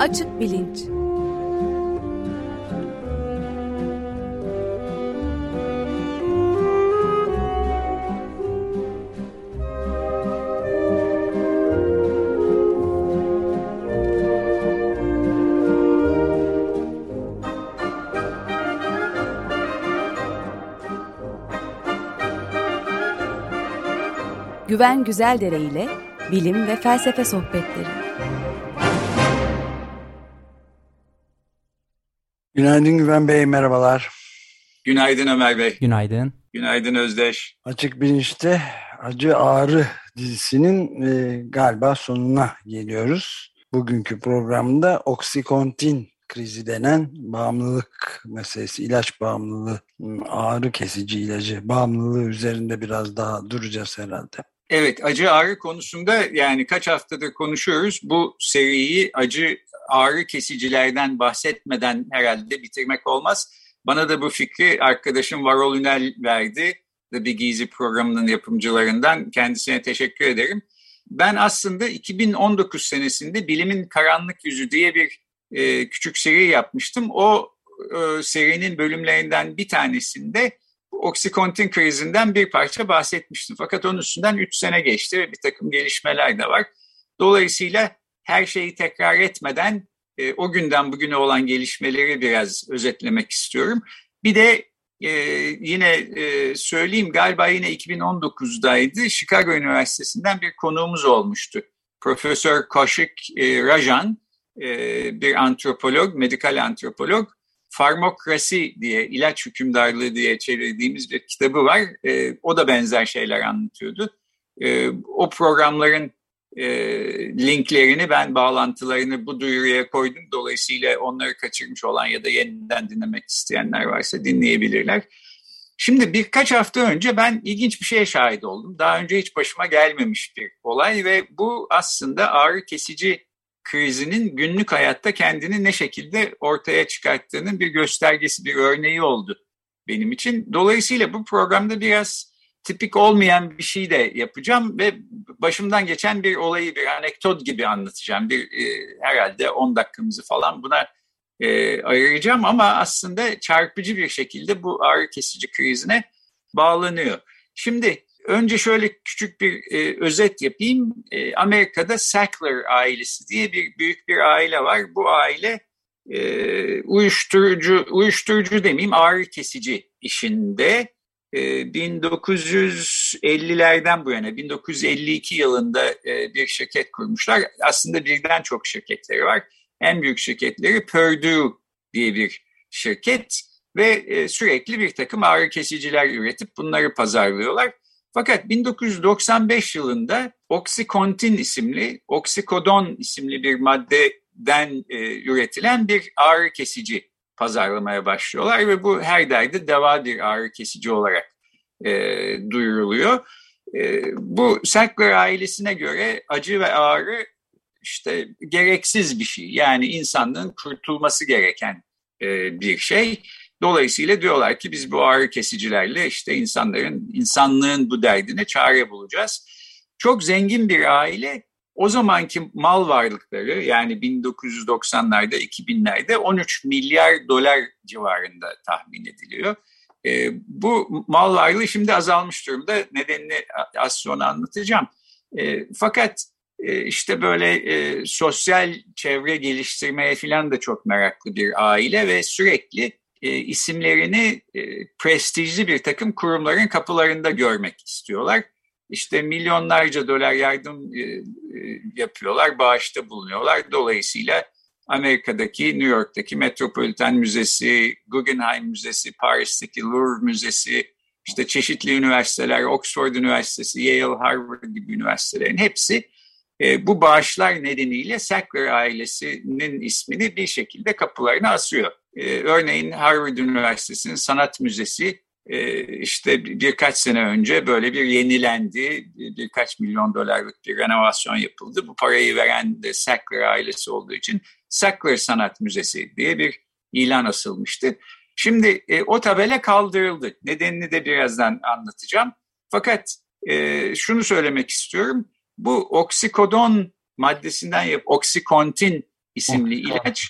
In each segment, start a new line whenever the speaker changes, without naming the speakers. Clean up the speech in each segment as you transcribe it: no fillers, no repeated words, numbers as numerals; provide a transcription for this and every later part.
Açık bilinç. Güven Güzeldere ile bilim ve felsefe sohbetleri.
Günaydın Güven Bey, merhabalar.
Günaydın Ömer Bey.
Günaydın.
Günaydın Özdeş.
Açık Bilinç'te Acı Ağrı dizisinin galiba sonuna geliyoruz. Bugünkü programda Oksikontin krizi denen bağımlılık meselesi, ilaç bağımlılığı, ağrı kesici ilacı bağımlılığı üzerinde biraz daha duracağız herhalde.
Evet, acı ağrı konusunda yani kaç haftadır konuşuyoruz. Bu seriyi acı ağrı kesicilerden bahsetmeden herhalde bitirmek olmaz. Bana da bu fikri arkadaşım Varol Ünel verdi. The Big Easy programının yapımcılarından. Kendisine teşekkür ederim. Ben aslında 2019 senesinde Bilimin Karanlık Yüzü diye bir küçük seri yapmıştım. O serinin bölümlerinden bir tanesinde Oksikontin krizinden bir parça bahsetmiştim. Fakat onun üstünden 3 sene geçti ve bir takım gelişmeler de var. Dolayısıyla her şeyi tekrar etmeden o günden bugüne olan gelişmeleri biraz özetlemek istiyorum. Bir de yine söyleyeyim, galiba yine 2019'daydı. Chicago Üniversitesi'nden bir konuğumuz olmuştu. Profesör Kaushik Rajan, bir antropolog, medikal antropolog. Farmokrasi diye, ilaç hükümdarlığı diye çevirdiğimiz bir kitabı var. O da benzer şeyler anlatıyordu. O programların linklerini, ben bağlantılarını bu duyuruya koydum. Dolayısıyla onları kaçırmış olan ya da yeniden dinlemek isteyenler varsa dinleyebilirler. Şimdi birkaç hafta önce ben ilginç bir şeye şahit oldum. Daha önce hiç başıma gelmemiş bir olay ve bu aslında ağrı kesici krizinin günlük hayatta kendini ne şekilde ortaya çıkarttığının bir göstergesi, bir örneği oldu benim için. Dolayısıyla bu programda biraz tipik olmayan bir şey de yapacağım ve başımdan geçen bir olayı bir anekdot gibi anlatacağım. Herhalde 10 dakikamızı falan buna ayıracağım ama aslında çarpıcı bir şekilde bu ağrı kesici krizine bağlanıyor. Şimdi önce şöyle küçük bir özet yapayım. Amerika'da Sackler ailesi diye büyük bir aile var. Bu aile uyuşturucu demeyeyim, ağrı kesici işinde. 1950'lerden bu yana 1952 yılında bir şirket kurmuşlar. Aslında birden çok şirketleri var. En büyük şirketleri Purdue diye bir şirket ve sürekli bir takım ağrı kesiciler üretip bunları pazarlıyorlar. Fakat 1995 yılında Oksikontin isimli, oksikodon isimli bir maddeden üretilen bir ağrı kesici pazarlamaya başlıyorlar ve bu her derde deva bir ağrı kesici olarak duyuruluyor. Bu Sackler ailesine göre acı ve ağrı işte gereksiz bir şey. Yani insanlığın kurtulması gereken bir şey. Dolayısıyla diyorlar ki biz bu ağrı kesicilerle işte insanlığın bu derdine çare bulacağız. Çok zengin bir aile. O zamanki mal varlıkları, yani 1990'larda 2000'lerde 13 milyar dolar civarında tahmin ediliyor. Bu mal varlığı şimdi azalmış durumda. Nedenini az sonra anlatacağım. Fakat işte böyle sosyal çevre geliştirmeye falan da çok meraklı bir aile ve sürekli isimlerini prestijli bir takım kurumların kapılarında görmek istiyorlar. İşte milyonlarca dolar yardım yapıyorlar, bağışta bulunuyorlar. Dolayısıyla Amerika'daki, New York'taki Metropolitan Müzesi, Guggenheim Müzesi, Paris'teki Louvre Müzesi, işte çeşitli üniversiteler, Oxford Üniversitesi, Yale, Harvard gibi üniversitelerin hepsi bu bağışlar nedeniyle Sackler ailesinin ismini bir şekilde kapılarına asıyor. Örneğin Harvard Üniversitesi'nin Sanat Müzesi işte birkaç sene önce böyle bir yenilendi. Birkaç milyon dolarlık bir renovasyon yapıldı. Bu parayı veren de Sackler ailesi olduğu için Sackler Sanat Müzesi diye bir ilan asılmıştı. Şimdi o tabela kaldırıldı. Nedenini de birazdan anlatacağım. Fakat şunu söylemek istiyorum. Bu oksikodon maddesinden Oksikontin isimli ilaç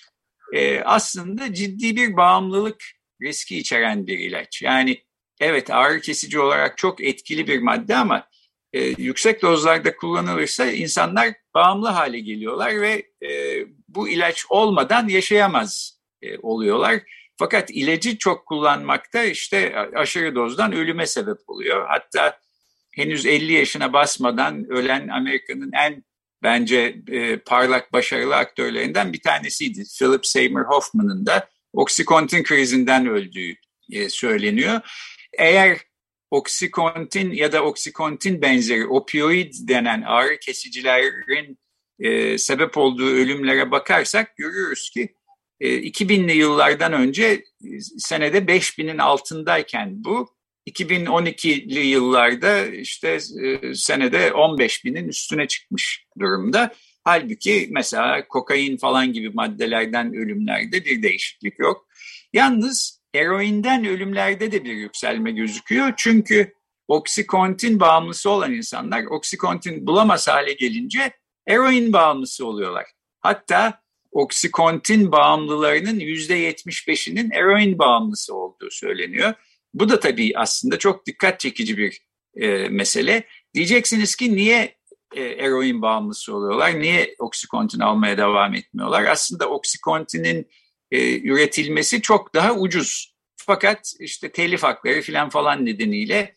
aslında ciddi bir bağımlılık riski içeren bir ilaç. Yani evet, ağrı kesici olarak çok etkili bir madde ama yüksek dozlarda kullanılırsa insanlar bağımlı hale geliyorlar ve bu ilaç olmadan yaşayamaz oluyorlar. Fakat ilacı çok kullanmakta işte aşırı dozdan ölüme sebep oluyor. Hatta henüz 50 yaşına basmadan ölen Amerika'nın en bence parlak başarılı aktörlerinden bir tanesiydi. Philip Seymour Hoffman'ın da Oxycontin krizinden öldüğü söyleniyor. Eğer Oxycontin ya da Oxycontin benzeri opioid denen ağrı kesicilerin sebep olduğu ölümlere bakarsak görüyoruz ki 2000'li yıllardan önce senede 5000'in altındayken bu 2012'li yıllarda işte senede 15.000'in üstüne çıkmış durumda. Halbuki mesela kokain falan gibi maddelerden ölümlerde bir değişiklik yok. Yalnız eroinden ölümlerde de bir yükselme gözüküyor. Çünkü Oxycontin bağımlısı olan insanlar Oxycontin bulamaz hale gelince eroin bağımlısı oluyorlar. Hatta Oxycontin bağımlılarının %75'inin eroin bağımlısı olduğu söyleniyor. Bu da tabii aslında çok dikkat çekici bir mesele. Diyeceksiniz ki niye eroin bağımlısı oluyorlar? Niye Oxycontin almaya devam etmiyorlar? Aslında Oxycontin'in üretilmesi çok daha ucuz. Fakat işte telif hakları falan nedeniyle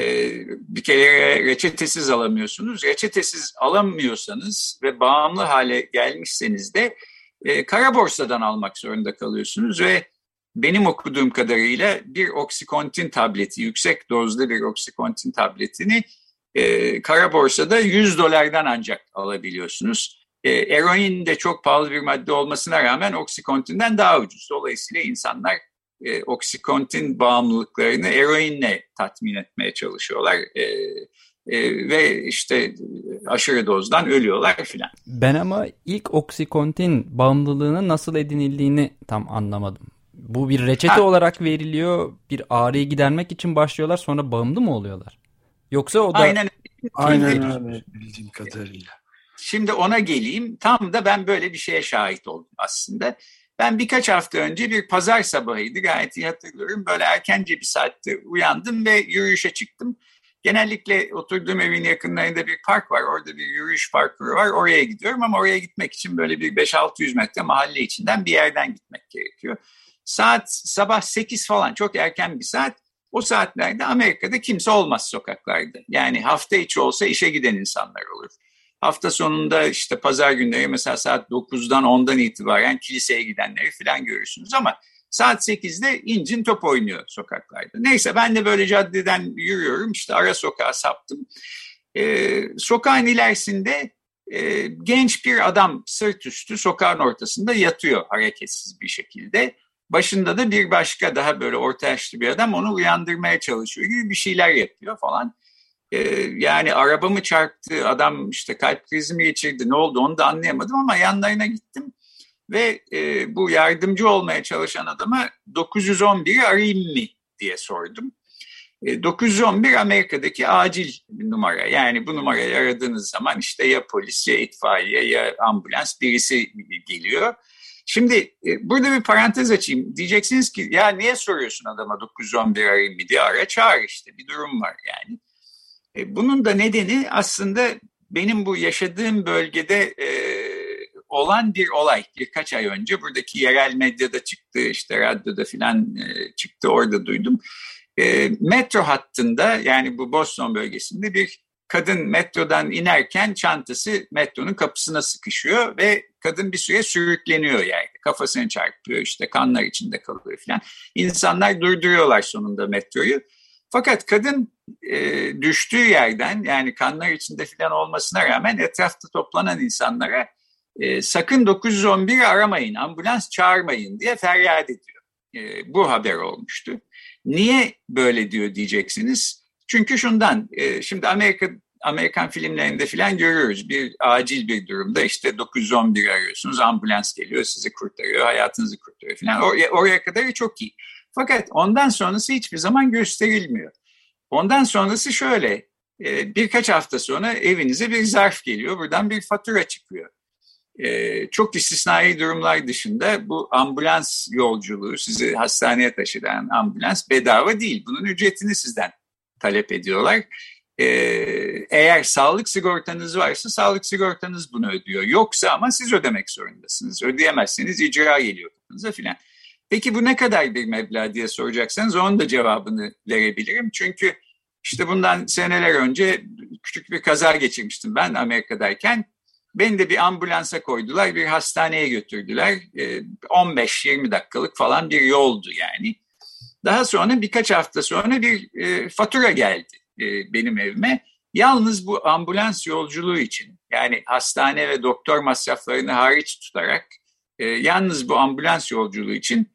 bir kere reçetesiz alamıyorsunuz. Reçetesiz alamıyorsanız ve bağımlı hale gelmişseniz de kara borsadan almak zorunda kalıyorsunuz ve benim okuduğum kadarıyla bir Oxycontin tableti, yüksek dozda bir Oxycontin tabletini kara borsada $100 ancak alabiliyorsunuz. Eroin de çok pahalı bir madde olmasına rağmen Oxycontin'den daha ucuz. Dolayısıyla insanlar Oxycontin bağımlılıklarını eroinle tatmin etmeye çalışıyorlar. Ve işte aşırı dozdan ölüyorlar filan.
Ben ama ilk Oxycontin bağımlılığının nasıl edinildiğini tam anlamadım. Bu bir reçete olarak veriliyor, bir ağrıyı gidermek için başlıyorlar, sonra bağımlı mı oluyorlar? Yoksa o da...
Aynen öyle bildiğim kadarıyla.
Şimdi ona geleyim. Tam da ben böyle bir şeye şahit oldum aslında. Ben birkaç hafta önce bir pazar sabahıydı, gayet iyi hatırlıyorum. Böyle erkence bir saatte uyandım ve yürüyüşe çıktım. Genellikle oturduğum evin yakınlarında bir park var. Orada bir yürüyüş parkuru var. Oraya gidiyorum ama oraya gitmek için böyle bir 5-600 metre mahalle içinden bir yerden gitmek gerekiyor. Saat sabah 8 falan, çok erken bir saat. O saatlerde Amerika'da kimse olmaz sokaklarda. Yani hafta içi olsa işe giden insanlar olur. Hafta sonunda işte pazar günleri mesela saat 9'dan 10'dan itibaren kiliseye gidenleri falan görürsünüz ama saat 8'de incin top oynuyor sokaklarda. Neyse ben de böyle caddeden yürüyorum, işte ara sokağa saptım. Sokağın ilerisinde genç bir adam sırt üstü sokağın ortasında yatıyor hareketsiz bir şekilde. Başında da bir başka daha böyle orta yaşlı bir adam onu uyandırmaya çalışıyor gibi bir şeyler yapıyor falan. Yani arabamı çarptı, adam işte kalp krizi mi geçirdi, ne oldu onu da anlayamadım ama yanlarına gittim. Ve bu yardımcı olmaya çalışan adama 911'i arayayım mı diye sordum. 911 Amerika'daki acil bir numara. Yani bu numarayı aradığınız zaman işte ya polis ya itfaiye ya ambulans birisi geliyor. Şimdi burada bir parantez açayım. Diyeceksiniz ki ya niye soruyorsun adama 911 arayayım mı diye, ara çağır işte, bir durum var yani. Bunun da nedeni aslında benim bu yaşadığım bölgede olan bir olay. Birkaç ay önce buradaki yerel medyada çıktı, işte radyoda filan çıktı, orada duydum. Metro hattında, yani bu Boston bölgesinde bir kadın metrodan inerken çantası metronun kapısına sıkışıyor ve kadın bir süre sürükleniyor yerde. Kafasını çarpıyor, işte kanlar içinde kalıyor filan. İnsanlar durduruyorlar sonunda metroyu. Fakat kadın düştüğü yerden, yani kanlar içinde filan olmasına rağmen etrafta toplanan insanlara sakın 911'i aramayın, ambulans çağırmayın diye feryat ediyor. Bu haber olmuştu. Niye böyle diyor diyeceksiniz. Çünkü şundan, şimdi Amerikan filmlerinde filan görüyoruz. Bir acil bir durumda işte 911 arıyorsunuz, ambulans geliyor, sizi kurtarıyor, hayatınızı kurtarıyor filan. Oraya kadar çok iyi. Fakat ondan sonrası hiçbir zaman gösterilmiyor. Ondan sonrası şöyle, birkaç hafta sonra evinize bir zarf geliyor, buradan bir fatura çıkıyor. Çok istisnai durumlar dışında bu ambulans yolculuğu, sizi hastaneye taşıyan ambulans bedava değil. Bunun ücretini sizden talep ediyorlar. Eğer sağlık sigortanız varsa sağlık sigortanız bunu ödüyor. Yoksa ama siz ödemek zorundasınız. Ödeyemezseniz icra geliyor kapınıza filan. Peki bu ne kadar bir meblağ diye soracaksanız onun da cevabını verebilirim. Çünkü işte bundan seneler önce küçük bir kaza geçirmiştim ben Amerika'dayken. Beni de bir ambulansa koydular, bir hastaneye götürdüler. 15-20 dakikalık falan bir yoldu yani. Daha sonra birkaç hafta sonra bir fatura geldi benim evime. Yalnız bu ambulans yolculuğu için, yani hastane ve doktor masraflarını hariç tutarak yalnız bu ambulans yolculuğu için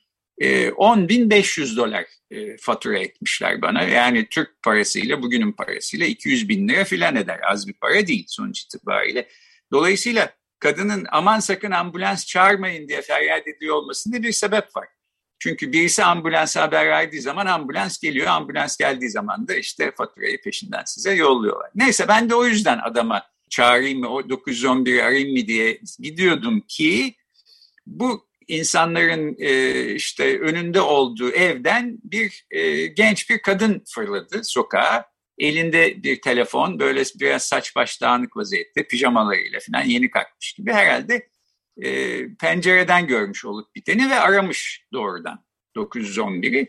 $10.500 fatura etmişler bana. Yani Türk parasıyla, bugünün parasıyla 200.000 lira filan eder. Az bir para değil sonuç itibariyle. Dolayısıyla kadının aman sakın ambulans çağırmayın diye feryat ediyor olmasında bir sebep var. Çünkü birisi ambulansa haber verdiği zaman ambulans geliyor. Ambulans geldiği zaman da işte faturayı peşinden size yolluyorlar. Neyse ben de o yüzden adama çağırayım mı, o 911'i arayayım mı diye gidiyordum ki bu insanların işte önünde olduğu evden bir genç bir kadın fırladı sokağa. Elinde bir telefon, böyle biraz saç baş dağınık vaziyette, pijamalarıyla falan yeni kalkmış gibi herhalde pencereden görmüş olup biteni ve aramış doğrudan 911'i.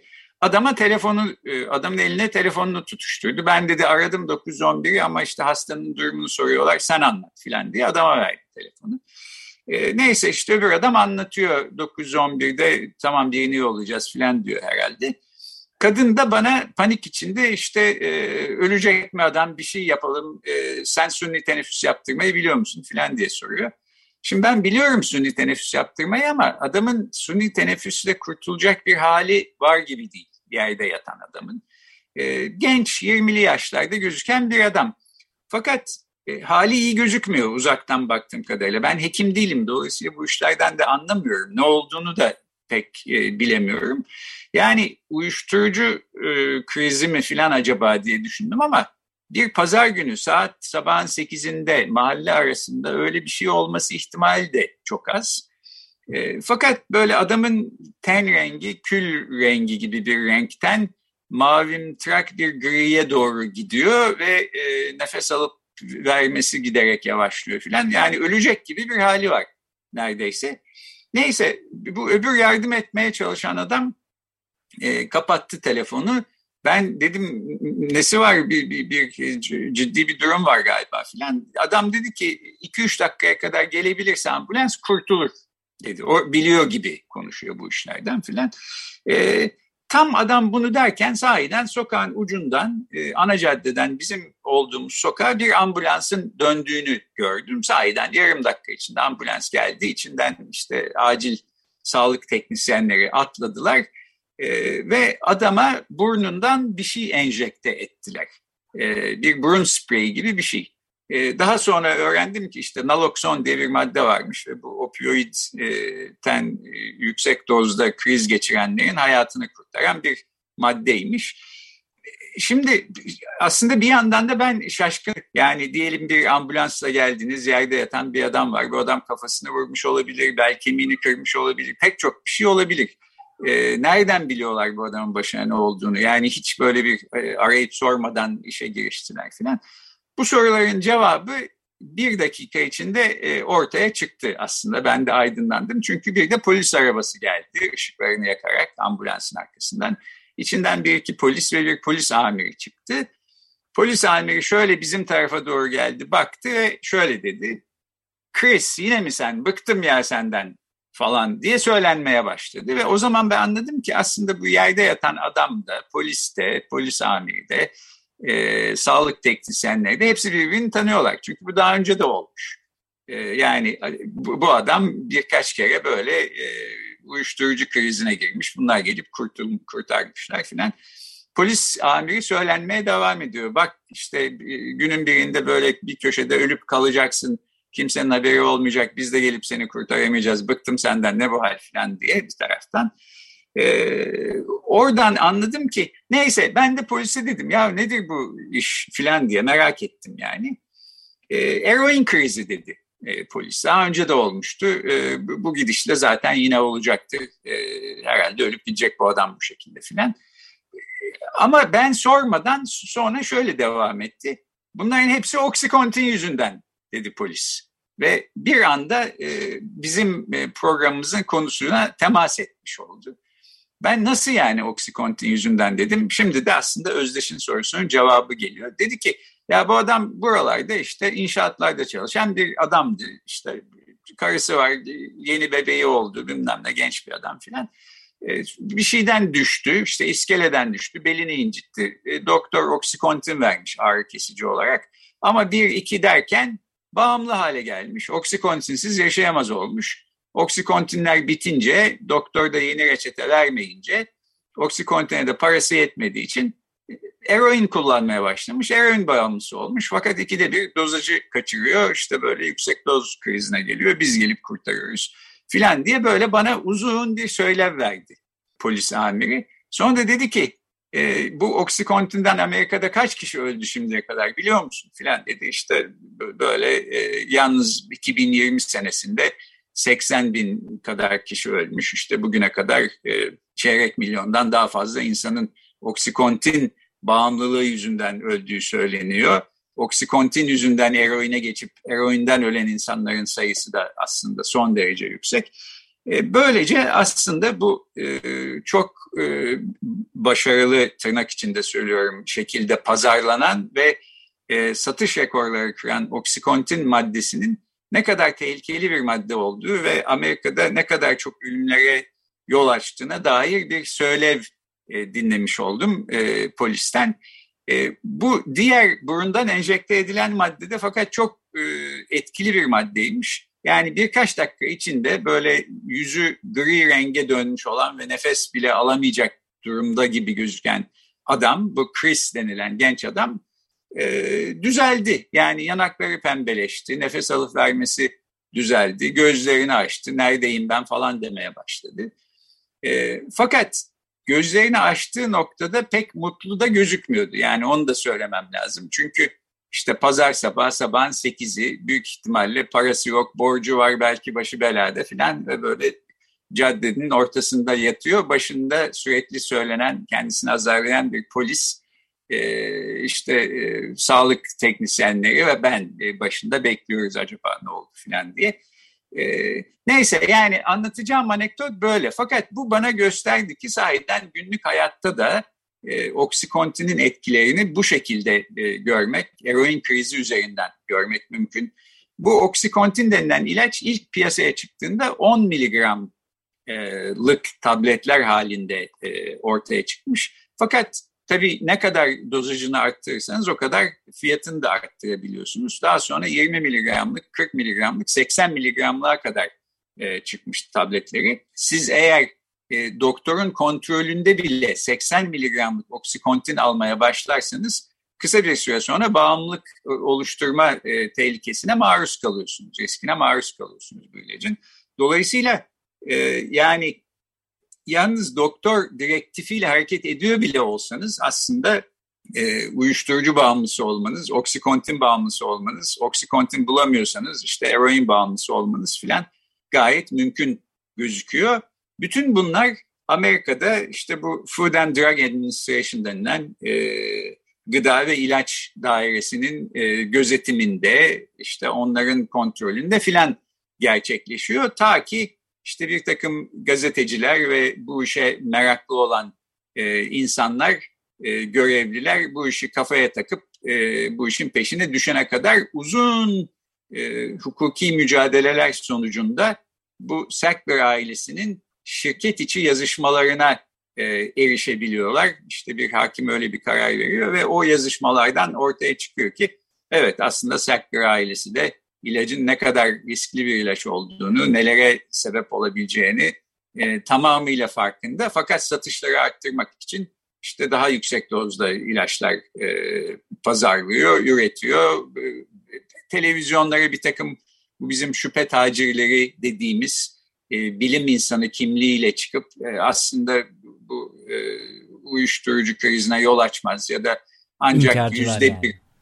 Adamın eline telefonunu tutuşturdu. Ben dedi aradım 911'i ama işte hastanın durumunu soruyorlar, sen anlat falan diye adama verdi telefonu. Neyse işte öbür adam anlatıyor 911'de tamam birini yollayacağız falan diyor herhalde. Kadın da bana panik içinde işte ölecek mi adam, bir şey yapalım, sen sünni teneffüs yaptırmayı biliyor musun falan diye soruyor. Şimdi ben biliyorum sünni teneffüs yaptırmayı ama adamın sünni teneffüsle kurtulacak bir hali var gibi değil, yerde yatan adamın. Genç 20'li yaşlarda gözüken bir adam. Fakat hali iyi gözükmüyor uzaktan baktığım kadarıyla. Ben hekim değilim, dolayısıyla bu işlerden de anlamıyorum. Ne olduğunu da pek bilemiyorum. Yani uyuşturucu krizi mi falan acaba diye düşündüm ama bir pazar günü sabahın 8'inde mahalle arasında öyle bir şey olması ihtimali de çok az. Fakat böyle adamın ten rengi kül rengi gibi bir renkten mavimtırak bir griye doğru gidiyor ve nefes alıp vermesi giderek yavaşlıyor falan. Yani ölecek gibi bir hali var neredeyse. Neyse bu öbür yardım etmeye çalışan adam kapattı telefonu. Ben dedim nesi var, bir ciddi bir durum var galiba filan. Adam dedi ki 2-3 dakikaya kadar gelebilirse ambulans kurtulur dedi. O biliyor gibi konuşuyor bu işlerden filan. Tam adam bunu derken sahiden sokağın ucundan ana caddeden bizim olduğumuz sokağa bir ambulansın döndüğünü gördüm. Sahiden yarım dakika içinde ambulans geldi. İçinden işte acil sağlık teknisyenleri atladılar. Ve adama burnundan bir şey enjekte ettiler. Bir burun spreyi gibi bir şey. Daha sonra öğrendim ki işte nalokson diye bir madde varmış ve bu opioidten yüksek dozda kriz geçirenlerin hayatını kurtaran bir maddeymiş. Şimdi aslında bir yandan da ben şaşkın. Yani diyelim bir ambulansla geldiniz, yerde yatan bir adam var. Bu adam kafasını vurmuş olabilir, bel kemiğini kırmış olabilir, pek çok bir şey olabilir. Nereden biliyorlar bu adamın başına ne olduğunu? Yani hiç böyle bir arayıp sormadan işe giriştiler falan. Bu soruların cevabı bir dakika içinde ortaya çıktı aslında. Ben de aydınlandım. Çünkü bir de polis arabası geldi ışıklarını yakarak ambulansın arkasından. İçinden bir iki polis ve bir polis amiri çıktı. Polis amiri şöyle bizim tarafa doğru geldi, baktı ve şöyle dedi. Chris yine mi sen? Bıktım ya senden falan diye söylenmeye başladı. Ve o zaman ben anladım ki aslında bu yerde yatan adam da, polis de, polis amiri de, sağlık teknisyenleri de hepsi birbirini tanıyorlar. Çünkü bu daha önce de olmuş. Yani bu adam birkaç kere böyle uyuşturucu krizine girmiş. Bunlar gelip kurtarmışlar filan. Polis amiri söylenmeye devam ediyor. Bak işte günün birinde böyle bir köşede ölüp kalacaksın. Kimsenin haberi olmayacak. Biz de gelip seni kurtaramayacağız. Bıktım senden ne bu hal filan diye bir taraftan. Oradan anladım ki neyse ben de polise dedim ya nedir bu iş filan diye merak ettim yani. Eroin krizi dedi polis. Daha önce de olmuştu. Bu gidişle zaten yine olacaktı. Herhalde ölüp gidecek bu adam bu şekilde filan. Ama ben sormadan sonra şöyle devam etti. Bunların hepsi Oxycontin yüzünden dedi polis. Ve bir anda bizim programımızın konusuna temas etmiş oldu. Ben nasıl yani Oxycontin yüzünden dedim. Şimdi de aslında Özdeş'in sorusunun cevabı geliyor. Dedi ki ya bu adam buralarda işte inşaatlarda çalışan bir adamdı. İşte karısı var, yeni bebeği oldu, bilmem ne, genç bir adam filan. Bir şeyden düştü, işte iskeleden düştü, belini incitti. Doktor Oxycontin vermiş ağrı kesici olarak. Ama 1-2 derken bağımlı hale gelmiş. Oxycontinsiz yaşayamaz olmuş. Oxycontinler bitince, doktor da yeni reçete vermeyince, Oxycontin'e de parası yetmediği için eroin kullanmaya başlamış. Eroin bağımlısı olmuş. Fakat 2'de 1 dozajı kaçırıyor. İşte böyle yüksek doz krizine geliyor. Biz gelip kurtarıyoruz filan diye böyle bana uzun bir söylev verdi polis amiri. Sonra da dedi ki bu Oxycontin'den Amerika'da kaç kişi öldü şimdiye kadar biliyor musun filan dedi. İşte böyle yalnız 2020 senesinde 80 bin kadar kişi ölmüş. İşte bugüne kadar çeyrek milyondan daha fazla insanın Oxycontin bağımlılığı yüzünden öldüğü söyleniyor. Oxycontin yüzünden eroine geçip eroinden ölen insanların sayısı da aslında son derece yüksek. Böylece aslında bu çok başarılı, tırnak içinde söylüyorum, şekilde pazarlanan ve satış rekorları kıran Oxycontin maddesinin ne kadar tehlikeli bir madde olduğu ve Amerika'da ne kadar çok ölümlere yol açtığına dair bir söylev dinlemiş oldum polisten. Bu diğer burundan enjekte edilen maddede fakat çok etkili bir maddeymiş. Yani birkaç dakika içinde böyle yüzü gri renge dönmüş olan ve nefes bile alamayacak durumda gibi gözüken adam, bu Chris denilen genç adam düzeldi. Yani yanakları pembeleşti, nefes alıp vermesi düzeldi, gözlerini açtı, neredeyim ben falan demeye başladı. Fakat gözlerini açtığı noktada pek mutlu da gözükmüyordu. Yani onu da söylemem lazım. Çünkü işte pazar sabahın 8'i büyük ihtimalle parası yok, borcu var, belki başı belada falan ve böyle caddenin ortasında yatıyor. Başında sürekli söylenen, kendisini azarlayan bir polis, sağlık teknisyenleri ve ben başında bekliyoruz acaba ne oldu falan diye. Neyse yani anlatacağım anekdot böyle. Fakat bu bana gösterdi ki sahiden günlük hayatta da Oxycontin'in etkilerini bu şekilde görmek, eroin krizi üzerinden görmek mümkün. Bu Oxycontin denilen ilaç ilk piyasaya çıktığında 10 miligramlık tabletler halinde ortaya çıkmış. Fakat tabii ne kadar dozajını arttırırsanız o kadar fiyatını da arttırabiliyorsunuz. Daha sonra 20 miligramlık, 40 miligramlık, 80 miligramlığa kadar çıkmış tabletleri. Siz eğer doktorun kontrolünde bile 80 miligramlık Oxycontin almaya başlarsanız kısa bir süre sonra bağımlılık oluşturma tehlikesine maruz kalıyorsunuz, riskine maruz kalıyorsunuz bu ilacın. Dolayısıyla yani yalnız doktor direktifiyle hareket ediyor bile olsanız aslında uyuşturucu bağımlısı olmanız, Oxycontin bağımlısı olmanız, Oxycontin bulamıyorsanız işte eroin bağımlısı olmanız filan gayet mümkün gözüküyor. Bütün bunlar Amerika'da işte bu Food and Drug Administration denilen gıda ve ilaç dairesinin gözetiminde, işte onların kontrolünde filan gerçekleşiyor. Ta ki işte bir takım gazeteciler ve bu işe meraklı olan insanlar, görevliler bu işi kafaya takıp bu işin peşine düşene kadar uzun hukuki mücadeleler sonucunda bu Sackler ailesinin şirket içi yazışmalarına erişebiliyorlar. İşte bir hakim öyle bir karar veriyor ve o yazışmalardan ortaya çıkıyor ki evet aslında Sackler ailesi de ilacın ne kadar riskli bir ilaç olduğunu, nelere sebep olabileceğini tamamıyla farkında. Fakat satışları arttırmak için işte daha yüksek dozda ilaçlar pazarlıyor, üretiyor. Televizyonlara bir takım bu bizim şüphe tacirleri dediğimiz bilim insanı kimliğiyle çıkıp aslında bu uyuşturucu krizine yol açmaz ya da ancak %1... Yani.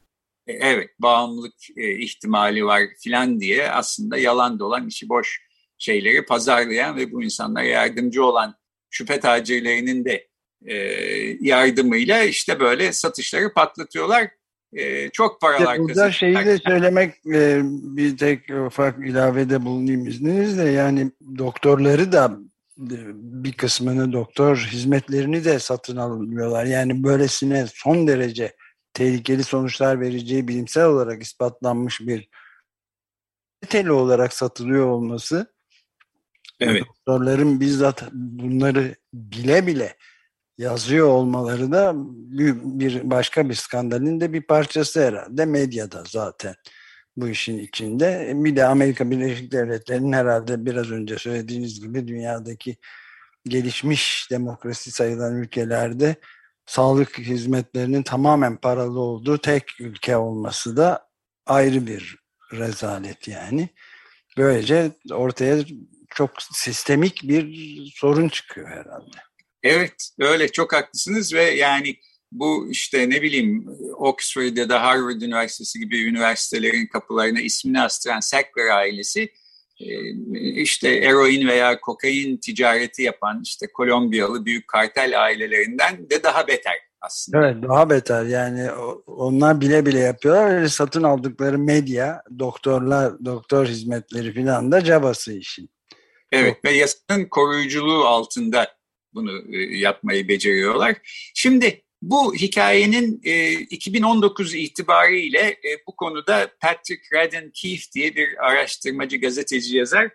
evet, bağımlılık ihtimali var filan diye aslında yalan dolan, içi boş şeyleri pazarlayan ve bu insanlara yardımcı olan şüphe tacirlerinin de yardımıyla işte böyle satışları patlatıyorlar. Çok paralar
burada şeyi
kazanıyorlar.
de söylemek, bir tek ufak ilavede bulunayım izninizle, yani doktorları da, bir kısmını, doktor hizmetlerini de satın alıyorlar. Yani böylesine son derece tehlikeli sonuçlar vereceği bilimsel olarak ispatlanmış bir niteli olarak satılıyor olması,
Evet.
doktorların bizzat bunları bile bile yazıyor olmaları da bir başka bir skandalin de bir parçası herhalde. Medyada zaten bu işin içinde. Bir de Amerika Birleşik Devletleri'nin herhalde biraz önce söylediğiniz gibi dünyadaki gelişmiş demokrasi sayılan ülkelerde sağlık hizmetlerinin tamamen paralı olduğu tek ülke olması da ayrı bir rezalet yani. Böylece ortaya çok sistemik bir sorun çıkıyor herhalde.
Evet, öyle, çok haklısınız ve yani bu işte ne bileyim Oxford ya da Harvard Üniversitesi gibi üniversitelerin kapılarına ismini astıran Sackler ailesi işte eroin veya kokain ticareti yapan işte Kolombiyalı büyük kartel ailelerinden de daha beter aslında.
Evet, daha beter yani, onlar bile bile yapıyorlar ve satın aldıkları medya, doktorlar, doktor hizmetleri filan da cabası işin.
Evet, ve yasanın koruyuculuğu altında bunu yapmayı beceriyorlar. Şimdi bu hikayenin 2019 itibariyle bu konuda Patrick Radden Keefe diye bir araştırmacı, gazeteci, yazar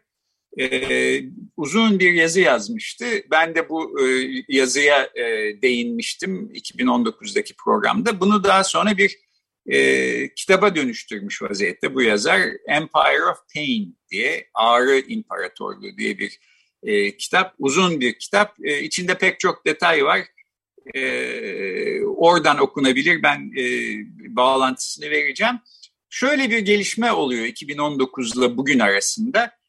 uzun bir yazı yazmıştı. Ben de bu yazıya değinmiştim 2019'daki programda. Bunu daha sonra bir kitaba dönüştürmüş vaziyette bu yazar. Empire of Pain diye, Ağrı İmparatorluğu diye bir kitap. Uzun bir kitap. İçinde pek çok detay var. Oradan okunabilir. Ben bağlantısını vereceğim. Şöyle bir gelişme oluyor 2019 ile bugün arasında.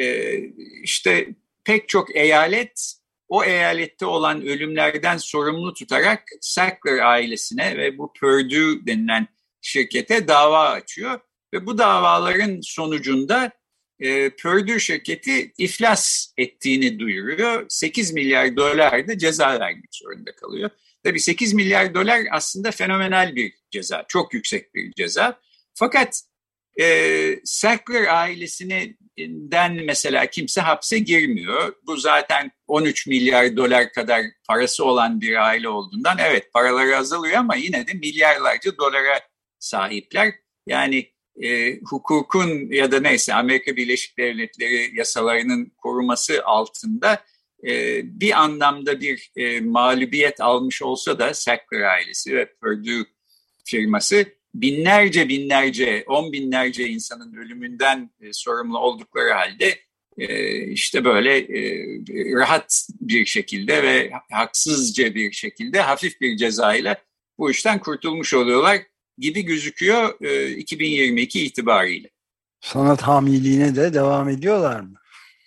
İşte pek çok eyalet o eyalette olan ölümlerden sorumlu tutarak Sackler ailesine ve bu Purdue denilen şirkete dava açıyor. Ve bu davaların sonucunda Purdue şirketi iflas ettiğini duyuruyor. 8 milyar dolar da ceza vermek zorunda kalıyor. Tabii 8 milyar dolar aslında fenomenal bir ceza, çok yüksek bir ceza. Fakat Sackler ailesinden mesela kimse hapse girmiyor. Bu zaten 13 milyar dolar kadar parası olan bir aile olduğundan evet paraları azalıyor ama yine de milyarlarca dolara sahipler. Yani hukukun ya da neyse Amerika Birleşik Devletleri yasalarının koruması altında bir anlamda bir mağlubiyet almış olsa da Sackler ailesi ve Purdue firması binlerce, 10 binlerce insanın ölümünden sorumlu oldukları halde işte böyle rahat bir şekilde ve haksızca bir şekilde hafif bir cezayla bu işten kurtulmuş oluyorlar gibi gözüküyor 2022 itibariyle.
Sanat hamiliğine de devam ediyorlar mı?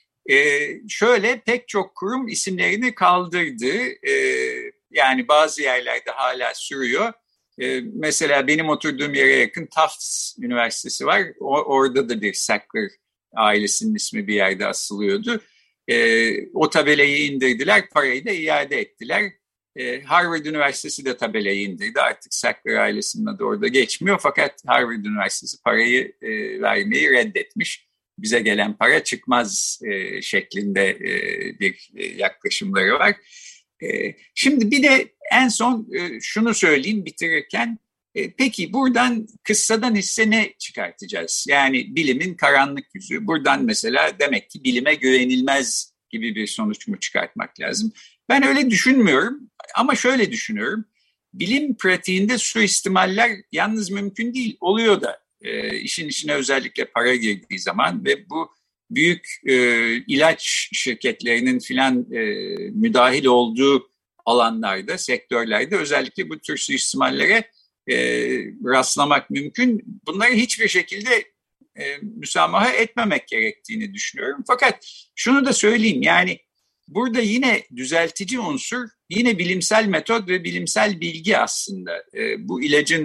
Şöyle pek çok kurum isimlerini kaldırdı. Yani bazı yerlerde hala sürüyor. Mesela benim oturduğum yere yakın Tufts Üniversitesi var. Orada da bir Sackler ailesinin ismi bir yerde asılıyordu. O tabelayı indirdiler, parayı da iade ettiler. Harvard Üniversitesi de tabelayı indirdi. Artık Sackler ailesinin adı orada geçmiyor. Fakat Harvard Üniversitesi parayı vermeyi reddetmiş. Bize gelen para çıkmaz şeklinde bir yaklaşımları var. Şimdi bir de en son şunu söyleyeyim bitirirken, peki buradan kıssadan hisse ne çıkartacağız? Yani bilimin karanlık yüzü. Buradan mesela demek ki bilime güvenilmez gibi bir sonuç mu çıkartmak lazım? Ben öyle düşünmüyorum ama şöyle düşünüyorum. Bilim pratiğinde suistimaller yalnız mümkün değil, oluyor da işin içine özellikle para girdiği zaman ve bu büyük ilaç şirketlerinin filan müdahil olduğu alanlarda, sektörlerde özellikle bu tür suistimallere rastlamak mümkün. Bunları hiçbir şekilde müsamaha etmemek gerektiğini düşünüyorum. Fakat şunu da söyleyeyim, yani burada yine düzeltici unsur, yine bilimsel metot ve bilimsel bilgi aslında. Bu ilacın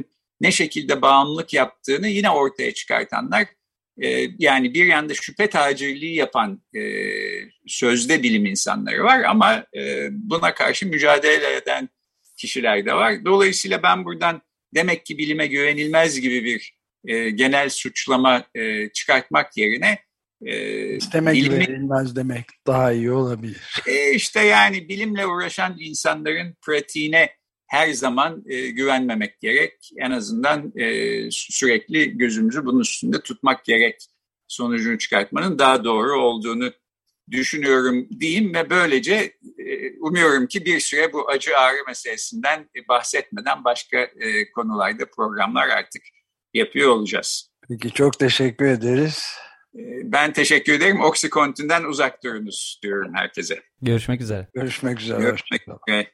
ne şekilde bağımlılık yaptığını yine ortaya çıkartanlar, yani bir yanda şüphe tacirliği yapan sözde bilim insanları var ama buna karşı mücadele eden kişiler de var. Dolayısıyla ben buradan demek ki bilime güvenilmez gibi bir genel suçlama çıkartmak yerine
İsteme güvenilmez demek daha iyi olabilir.
İşte yani bilimle uğraşan insanların pratiğine her zaman güvenmemek gerek. En azından sürekli gözümüzü bunun üstünde tutmak gerek. Sonucunu çıkartmanın daha doğru olduğunu düşünüyorum diyeyim ve böylece umuyorum ki bir süre bu acı ağrı meselesinden bahsetmeden başka konularda programlar artık yapıyor olacağız.
Peki, çok teşekkür ederiz.
Ben teşekkür ederim. OxyContin'den uzak durunuz diyorum herkese.
Görüşmek üzere.
Görüşmek üzere.
Görüşmek üzere.